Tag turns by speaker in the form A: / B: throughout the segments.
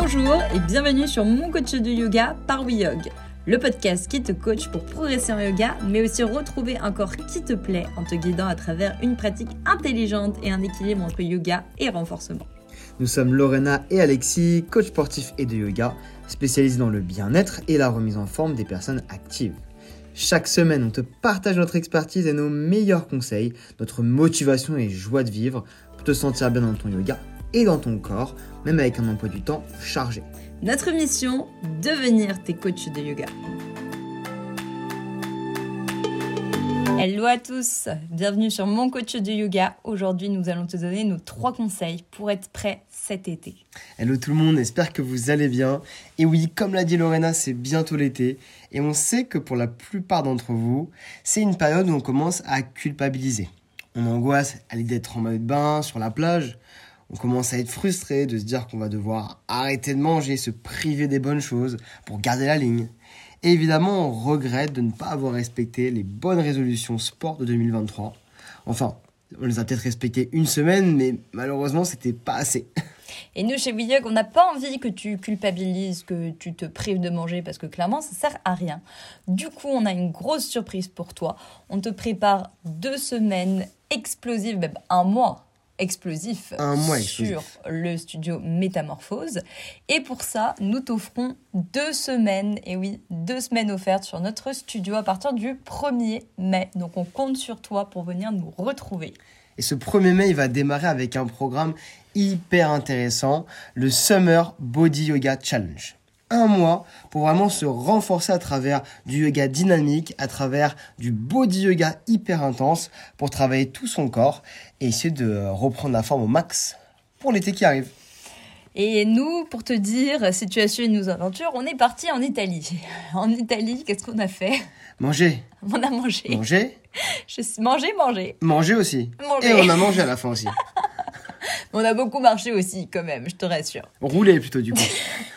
A: Bonjour et bienvenue sur Mon Coach de Yoga par WeYog, le podcast qui te coach pour progresser en yoga, mais aussi retrouver un corps qui te plaît en te guidant à travers une pratique intelligente et un équilibre entre yoga et renforcement.
B: Nous sommes Lorena et Alexis, coachs sportifs et de yoga, spécialisés dans le bien-être et la remise en forme des personnes actives. Chaque semaine, on te partage notre expertise et nos meilleurs conseils, notre motivation et joie de vivre pour te sentir bien dans ton yoga et dans ton corps, même avec un emploi du temps chargé.
A: Notre mission, devenir tes coachs de yoga. Hello à tous, bienvenue sur Mon Coach de Yoga. Aujourd'hui, nous allons te donner nos 3 conseils pour être prêt cet été.
B: Hello tout le monde, j'espère que vous allez bien. Et oui, comme l'a dit Lorena, c'est bientôt l'été. Et on sait que pour la plupart d'entre vous, c'est une période où on commence à culpabiliser. On angoisse à l'idée d'être en mode bain, sur la plage. On commence à être frustré de se dire qu'on va devoir arrêter de manger, se priver des bonnes choses pour garder la ligne. Et évidemment, on regrette de ne pas avoir respecté les bonnes résolutions sport de 2023. Enfin, on les a peut-être respectées une semaine, mais malheureusement, c'était pas assez.
A: Et nous, chez WeYog, on n'a pas envie que tu culpabilises, que tu te prives de manger, parce que clairement, ça sert à rien. Du coup, on a une grosse surprise pour toi. On te prépare 2 semaines explosives, même un mois explosif sur le studio Métamorphose. Et pour ça, nous t'offrons 2 semaines, et oui, 2 semaines offertes sur notre studio à partir du 1er mai. Donc on compte sur toi pour venir nous retrouver.
B: Et ce 1er mai, il va démarrer avec un programme hyper intéressant, le Summer Body Yoga Challenge. 1 mois pour vraiment se renforcer à travers du yoga dynamique, à travers du body yoga hyper intense pour travailler tout son corps et essayer de reprendre la forme au max pour l'été qui arrive.
A: Et nous, pour te dire, si tu as suivi nos aventures, on est parti en Italie. En Italie, qu'est-ce qu'on a fait ?
B: Manger.
A: On a mangé.
B: Manger.
A: Manger.
B: Manger aussi.
A: Manger.
B: Et on a mangé à la fin aussi.
A: On a beaucoup marché aussi, quand même, je te rassure.
B: Rouler plutôt, du coup.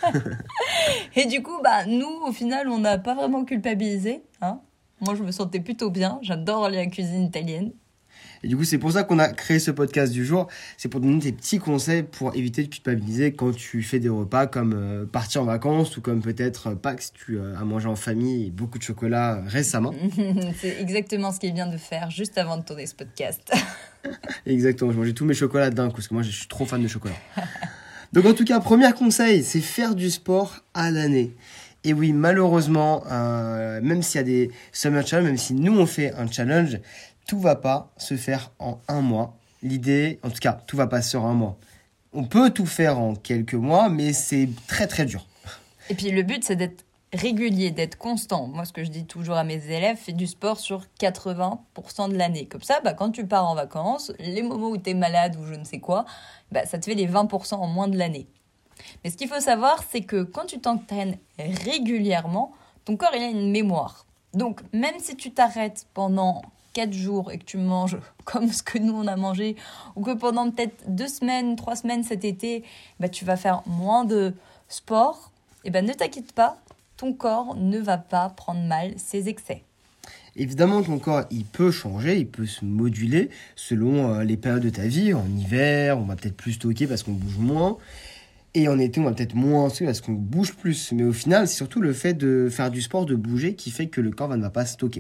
A: Et du coup, nous, au final, on n'a pas vraiment culpabilisé. Hein. Moi, je me sentais plutôt bien. J'adore la cuisine italienne.
B: Et du coup, c'est pour ça qu'on a créé ce podcast du jour. C'est pour donner des petits conseils pour éviter de culpabiliser quand tu fais des repas comme partir en vacances ou comme peut-être Pâques si tu as mangé en famille et beaucoup de chocolat récemment.
A: C'est exactement ce qu'il vient de faire juste avant de tourner ce podcast.
B: Exactement, je mangeais tous mes chocolats d'un coup parce que moi je suis trop fan de chocolat. Donc en tout cas, premier conseil, c'est faire du sport à l'année. Et oui, malheureusement, même s'il y a des summer challenges, même si nous on fait un challenge, tout va pas se faire en 1 mois. L'idée, en tout cas, tout va pas se faire en 1 mois. On peut tout faire en quelques mois, mais c'est très très dur.
A: Et puis le but, c'est d'être régulier, d'être constant. Moi, ce que je dis toujours à mes élèves, fais du sport sur 80% de l'année. Comme ça, quand tu pars en vacances, les moments où tu es malade ou je ne sais quoi, ça te fait les 20% en moins de l'année. Mais ce qu'il faut savoir, c'est que quand tu t'entraînes régulièrement, ton corps, il a une mémoire. Donc, même si tu t'arrêtes pendant 4 jours et que tu manges comme ce que nous on a mangé, ou que pendant peut-être 2 semaines, 3 semaines cet été, tu vas faire moins de sport, ne t'inquiète pas, ton corps ne va pas prendre mal ses excès.
B: Évidemment, ton corps, il peut changer, il peut se moduler selon les périodes de ta vie. En hiver, on va peut-être plus stocker parce qu'on bouge moins. Et en été, on va peut-être moins stocker parce qu'on bouge plus. Mais au final, c'est surtout le fait de faire du sport, de bouger, qui fait que le corps ne va pas stocker.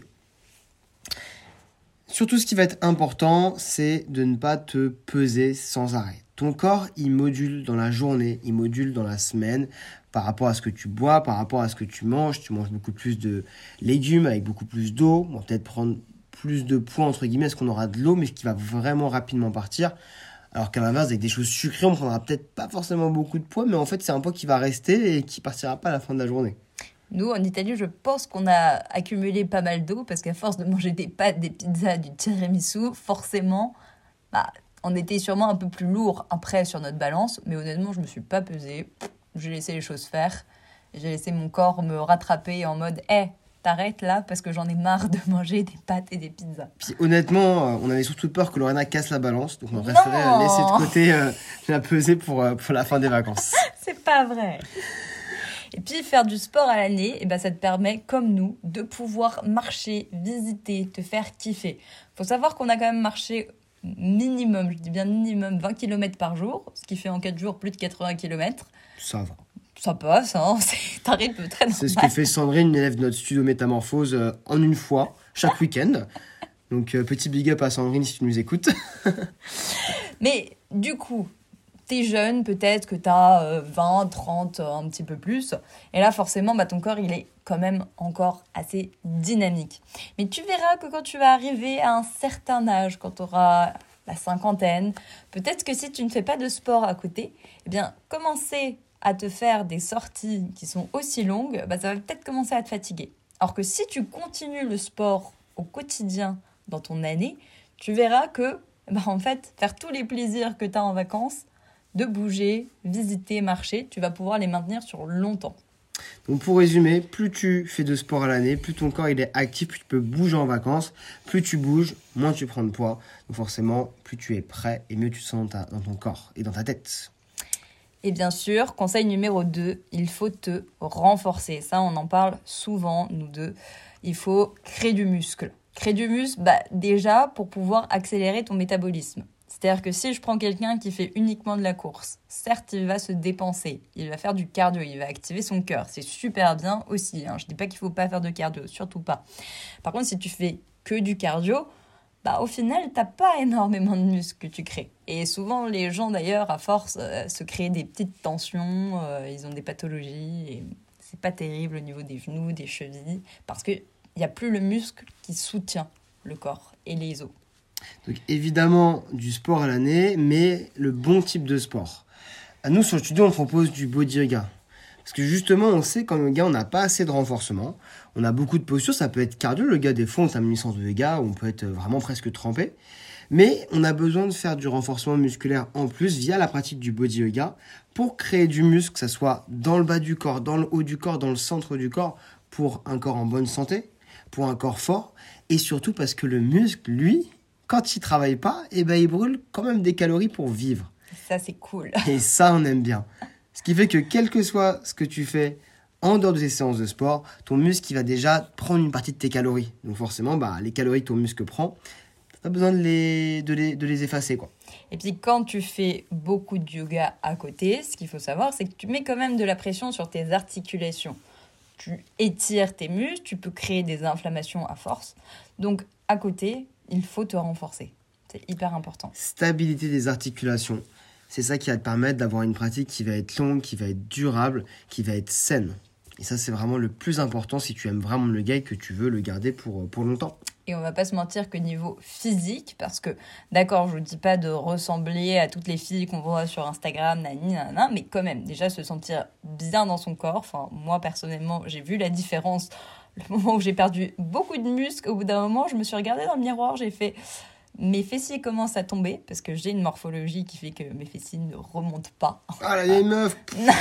B: Surtout, ce qui va être important, c'est de ne pas te peser sans arrêt. Ton corps, il module dans la journée, il module dans la semaine par rapport à ce que tu bois, par rapport à ce que tu manges. Tu manges beaucoup plus de légumes avec beaucoup plus d'eau. On va peut-être prendre plus de poids, entre guillemets, parce qu'on aura de l'eau, mais qui va vraiment rapidement partir. Alors qu'à l'inverse, avec des choses sucrées, on prendra peut-être pas forcément beaucoup de poids, mais en fait, c'est un poids qui va rester et qui partira pas à la fin de la journée.
A: Nous, en Italie, je pense qu'on a accumulé pas mal d'eau parce qu'à force de manger des pâtes, des pizzas, du tiramisu, forcément, on était sûrement un peu plus lourd après sur notre balance. Mais honnêtement, je me suis pas pesée. J'ai laissé les choses faire. J'ai laissé mon corps me rattraper en mode « t'arrêtes là parce que j'en ai marre de manger des pâtes et des pizzas. »
B: Puis honnêtement, on avait surtout peur que Lorena casse la balance. Donc on préférait laisser de côté la pesée pour la fin des vacances.
A: C'est pas vrai. Et puis, faire du sport à l'année, ça te permet, comme nous, de pouvoir marcher, visiter, te faire kiffer. Il faut savoir qu'on a quand même marché minimum, je dis bien minimum, 20 km par jour, ce qui fait en 4 jours plus de 80 km.
B: Ça va.
A: Ça passe, hein, c'est un rythme très normal.
B: C'est ce que fait Sandrine, une élève de notre studio Métamorphose, en une fois, chaque week-end. Donc, petit big up à Sandrine si tu nous écoutes.
A: Mais du coup, t'es jeune, peut-être que t'as 20, 30, un petit peu plus. Et là, forcément, ton corps, il est quand même encore assez dynamique. Mais tu verras que quand tu vas arriver à un certain âge, quand tu auras la cinquantaine, peut-être que si tu ne fais pas de sport à côté, eh bien, commencer à te faire des sorties qui sont aussi longues, ça va peut-être commencer à te fatiguer. Alors que si tu continues le sport au quotidien dans ton année, tu verras que, en fait, faire tous les plaisirs que tu as en vacances, de bouger, visiter, marcher, tu vas pouvoir les maintenir sur longtemps.
B: Donc pour résumer, plus tu fais de sport à l'année, plus ton corps il est actif, plus tu peux bouger en vacances, plus tu bouges, moins tu prends de poids. Donc forcément, plus tu es prêt et mieux tu te sens dans ton corps et dans ta tête.
A: Et bien sûr, conseil numéro 2, il faut te renforcer. Ça, on en parle souvent, nous deux. Il faut créer du muscle. Créer du muscle, déjà pour pouvoir accélérer ton métabolisme. C'est-à-dire que si je prends quelqu'un qui fait uniquement de la course, certes, il va se dépenser, il va faire du cardio, il va activer son cœur. C'est super bien aussi. Je ne dis pas qu'il ne faut pas faire de cardio, surtout pas. Par contre, si tu fais que du cardio, au final, tu n'as pas énormément de muscles que tu crées. Et souvent, les gens, d'ailleurs, à force, se créent des petites tensions, ils ont des pathologies, et c'est pas terrible au niveau des genoux, des chevilles, parce qu'il n'y a plus le muscle qui soutient le corps et les os.
B: Donc évidemment, du sport à l'année, mais le bon type de sport. À nous, sur le studio, on propose du body yoga. Parce que justement, on sait qu'en yoga, on n'a pas assez de renforcement. On a beaucoup de postures, ça peut être cardio. Le yoga, des fois, on termine une séance de yoga où on peut être vraiment presque trempé. Mais on a besoin de faire du renforcement musculaire en plus via la pratique du body yoga pour créer du muscle, que ce soit dans le bas du corps, dans le haut du corps, dans le centre du corps, pour un corps en bonne santé, pour un corps fort. Et surtout parce que le muscle, lui, quand il travaille pas, il brûle quand même des calories pour vivre.
A: Ça, c'est cool.
B: Et ça, on aime bien. Ce qui fait que quel que soit ce que tu fais en dehors de ces séances de sport, ton muscle il va déjà prendre une partie de tes calories. Donc forcément, les calories que ton muscle prend, tu as besoin de les effacer, quoi.
A: Et puis quand tu fais beaucoup de yoga à côté, ce qu'il faut savoir, c'est que tu mets quand même de la pression sur tes articulations. Tu étires tes muscles, tu peux créer des inflammations à force. Donc à côté, il faut te renforcer. C'est hyper important.
B: Stabilité des articulations. C'est ça qui va te permettre d'avoir une pratique qui va être longue, qui va être durable, qui va être saine. Et ça, c'est vraiment le plus important si tu aimes vraiment le gars et que tu veux le garder pour longtemps.
A: Et on va pas se mentir que niveau physique, parce que, d'accord, je vous dis pas de ressembler à toutes les filles qu'on voit sur Instagram, nanana, mais quand même, déjà se sentir bien dans son corps. Enfin, moi, personnellement, j'ai vu la différence. Le moment où j'ai perdu beaucoup de muscles, au bout d'un moment, je me suis regardée dans le miroir, j'ai fait... Mes fessiers commencent à tomber, parce que j'ai une morphologie qui fait que mes fessiers ne remontent pas.
B: Ah, la vieille meuf.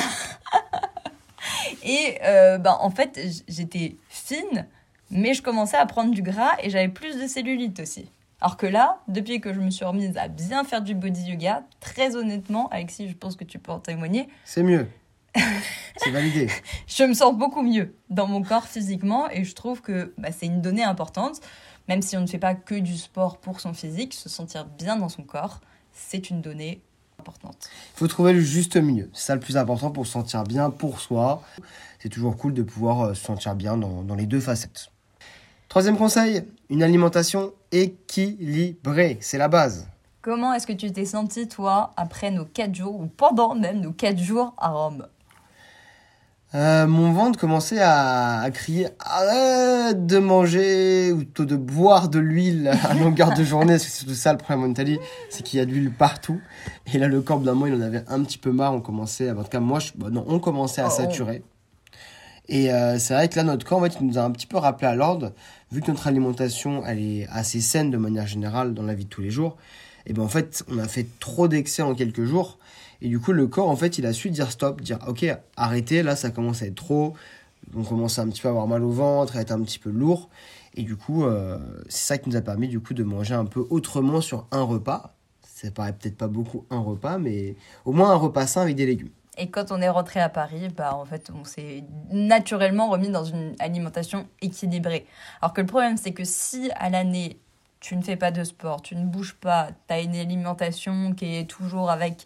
A: Et en fait, j'étais fine, mais je commençais à prendre du gras et j'avais plus de cellulite aussi. Alors que là, depuis que je me suis remise à bien faire du body yoga, très honnêtement, Alexis, je pense que tu peux en témoigner.
B: C'est mieux. C'est validé.
A: Je me sens beaucoup mieux dans mon corps physiquement et je trouve que c'est une donnée importante. Même si on ne fait pas que du sport pour son physique, se sentir bien dans son corps, c'est une donnée importante.
B: Il faut trouver le juste milieu. C'est ça le plus important pour se sentir bien pour soi. C'est toujours cool de pouvoir se sentir bien dans les deux facettes. Troisième conseil, une alimentation équilibrée. C'est la base.
A: Comment est-ce que tu t'es senti, toi, après nos 4 jours, ou pendant même nos 4 jours à Rome ?
B: Mon ventre commençait à crier « Arrête de manger !» ou plutôt de boire de l'huile à longueur de journée. Parce que c'est tout ça le problème en Italie, c'est qu'il y a de l'huile partout. Et là, le corps, d'un moment, il en avait un petit peu marre. On commençait, en tout cas, on commençait à saturer. Et c'est vrai que là, notre corps, en fait, il nous a un petit peu rappelé à l'ordre. Vu que notre alimentation, elle est assez saine de manière générale dans la vie de tous les jours, et en fait, on a fait trop d'excès en quelques jours. Et du coup, le corps, en fait, il a su dire stop, dire ok, arrêtez, là, ça commence à être trop. On commence à un petit peu avoir mal au ventre, à être un petit peu lourd. Et du coup, c'est ça qui nous a permis du coup de manger un peu autrement sur un repas. Ça paraît peut-être pas beaucoup un repas, mais au moins un repas sain avec des légumes.
A: Et quand on est rentré à Paris, en fait, on s'est naturellement remis dans une alimentation équilibrée. Alors que le problème, c'est que si à l'année, tu ne fais pas de sport, tu ne bouges pas, tu as une alimentation qui est toujours avec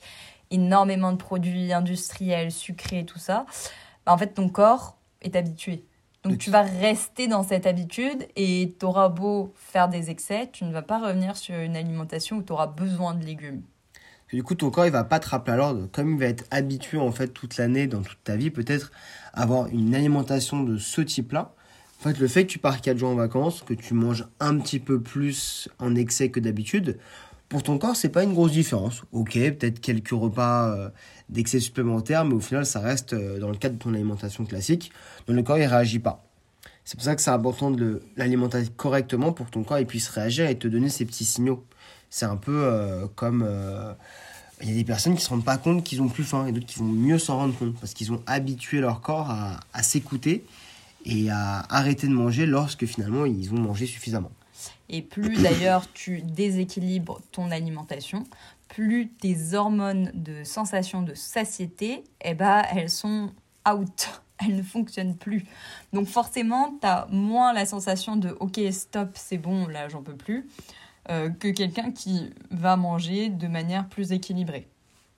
A: énormément de produits industriels, sucrés, tout ça, bah, en fait, ton corps est habitué. Donc, tu vas rester dans cette habitude et tu auras beau faire des excès, tu ne vas pas revenir sur une alimentation où tu auras besoin de légumes.
B: Du coup, ton corps, il va pas te rappeler à l'ordre. Comme il va être habitué, en fait, toute l'année, dans toute ta vie, peut-être, à avoir une alimentation de ce type-là. En fait, le fait que tu pars 4 jours en vacances, que tu manges un petit peu plus en excès que d'habitude, pour ton corps, c'est pas une grosse différence. Ok, peut-être quelques repas d'excès supplémentaires, mais au final, ça reste dans le cadre de ton alimentation classique. Donc, le corps, il réagit pas. C'est pour ça que c'est important de l'alimenter correctement pour que ton corps il puisse réagir et te donner ces petits signaux. C'est un peu comme... Il y a des personnes qui ne se rendent pas compte qu'ils ont plus faim et d'autres qui vont mieux s'en rendre compte parce qu'ils ont habitué leur corps à s'écouter et à arrêter de manger lorsque finalement ils ont mangé suffisamment.
A: Et plus d'ailleurs tu déséquilibres ton alimentation, plus tes hormones de sensation de satiété, elles sont out. Elles ne fonctionnent plus. Donc forcément, tu as moins la sensation de « ok, stop, c'est bon, là, j'en peux plus », que quelqu'un qui va manger de manière plus équilibrée.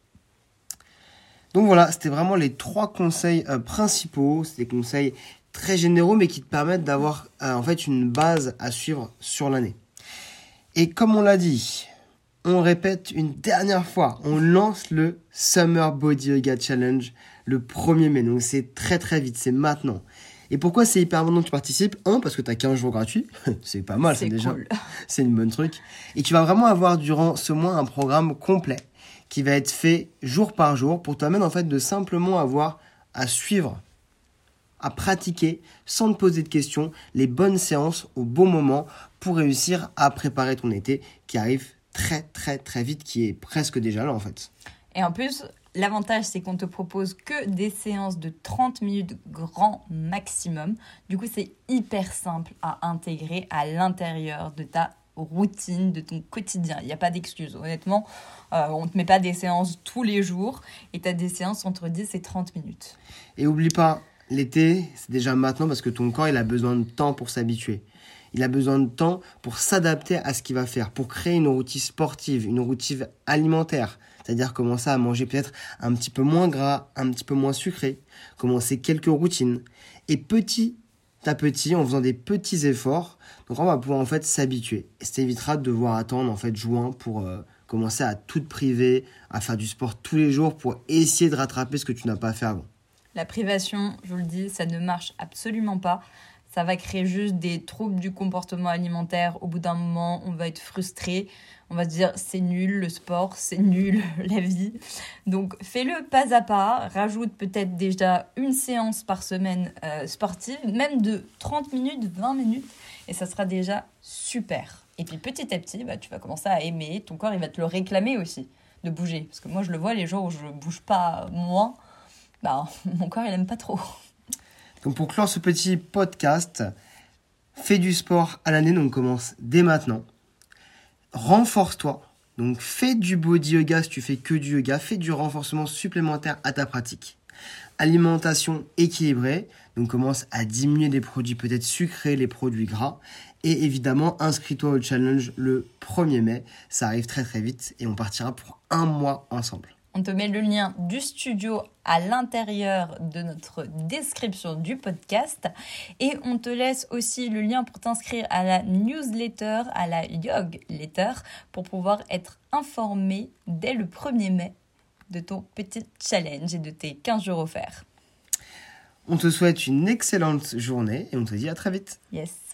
B: Donc voilà, c'était vraiment les 3 conseils principaux. C'est des conseils très généraux, mais qui te permettent d'avoir en fait une base à suivre sur l'année. Et comme on l'a dit, on répète une dernière fois, on lance le Summer Body Yoga Challenge le 1er mai. Donc c'est très très vite, c'est maintenant. Et pourquoi c'est hyper important que tu participes ? Parce que tu as 15 jours gratuits. C'est pas mal, c'est déjà.
A: Cool.
B: C'est une bonne truc. Et tu vas vraiment avoir durant ce mois un programme complet qui va être fait jour par jour pour te permettre en fait de simplement avoir à suivre, à pratiquer sans te poser de questions les bonnes séances au bon moment pour réussir à préparer ton été qui arrive très très très vite, qui est presque déjà là en fait.
A: Et en plus, l'avantage, c'est qu'on te propose que des séances de 30 minutes grand maximum. Du coup, c'est hyper simple à intégrer à l'intérieur de ta routine, de ton quotidien. Il n'y a pas d'excuse. Honnêtement, on ne te met pas des séances tous les jours et tu as des séances entre 10 et 30 minutes.
B: Et oublie pas, l'été, c'est déjà maintenant parce que ton corps, il a besoin de temps pour s'habituer. Il a besoin de temps pour s'adapter à ce qu'il va faire, pour créer une routine sportive, une routine alimentaire. C'est-à-dire commencer à manger peut-être un petit peu moins gras, un petit peu moins sucré, commencer quelques routines. Et petit à petit, en faisant des petits efforts, donc on va pouvoir en fait s'habituer. Et ça évitera de devoir attendre en fait juin pour commencer à tout te priver, à faire du sport tous les jours pour essayer de rattraper ce que tu n'as pas fait avant.
A: La privation, je vous le dis, ça ne marche absolument pas. Ça va créer juste des troubles du comportement alimentaire. Au bout d'un moment, on va être frustré. On va se dire, c'est nul le sport, c'est nul la vie. Donc, fais-le pas à pas. Rajoute peut-être déjà une séance par semaine sportive, même de 30 minutes, 20 minutes. Et ça sera déjà super. Et puis, petit à petit, tu vas commencer à aimer. Ton corps, il va te le réclamer aussi, de bouger. Parce que moi, je le vois, les jours où je ne bouge pas moins, mon corps, il n'aime pas trop.
B: Donc pour clore ce petit podcast, fais du sport à l'année, donc commence dès maintenant. Renforce-toi, donc fais du body yoga si tu fais que du yoga, fais du renforcement supplémentaire à ta pratique. Alimentation équilibrée, donc commence à diminuer des produits peut-être sucrés, les produits gras. Et évidemment, inscris-toi au challenge le 1er mai, ça arrive très très vite et on partira pour 1 mois ensemble.
A: On te met le lien du studio à l'intérieur de notre description du podcast. Et on te laisse aussi le lien pour t'inscrire à la newsletter, à la Yog Letter, pour pouvoir être informé dès le 1er mai de ton petit challenge et de tes 15 jours offerts.
B: On te souhaite une excellente journée et on te dit à très vite.
A: Yes.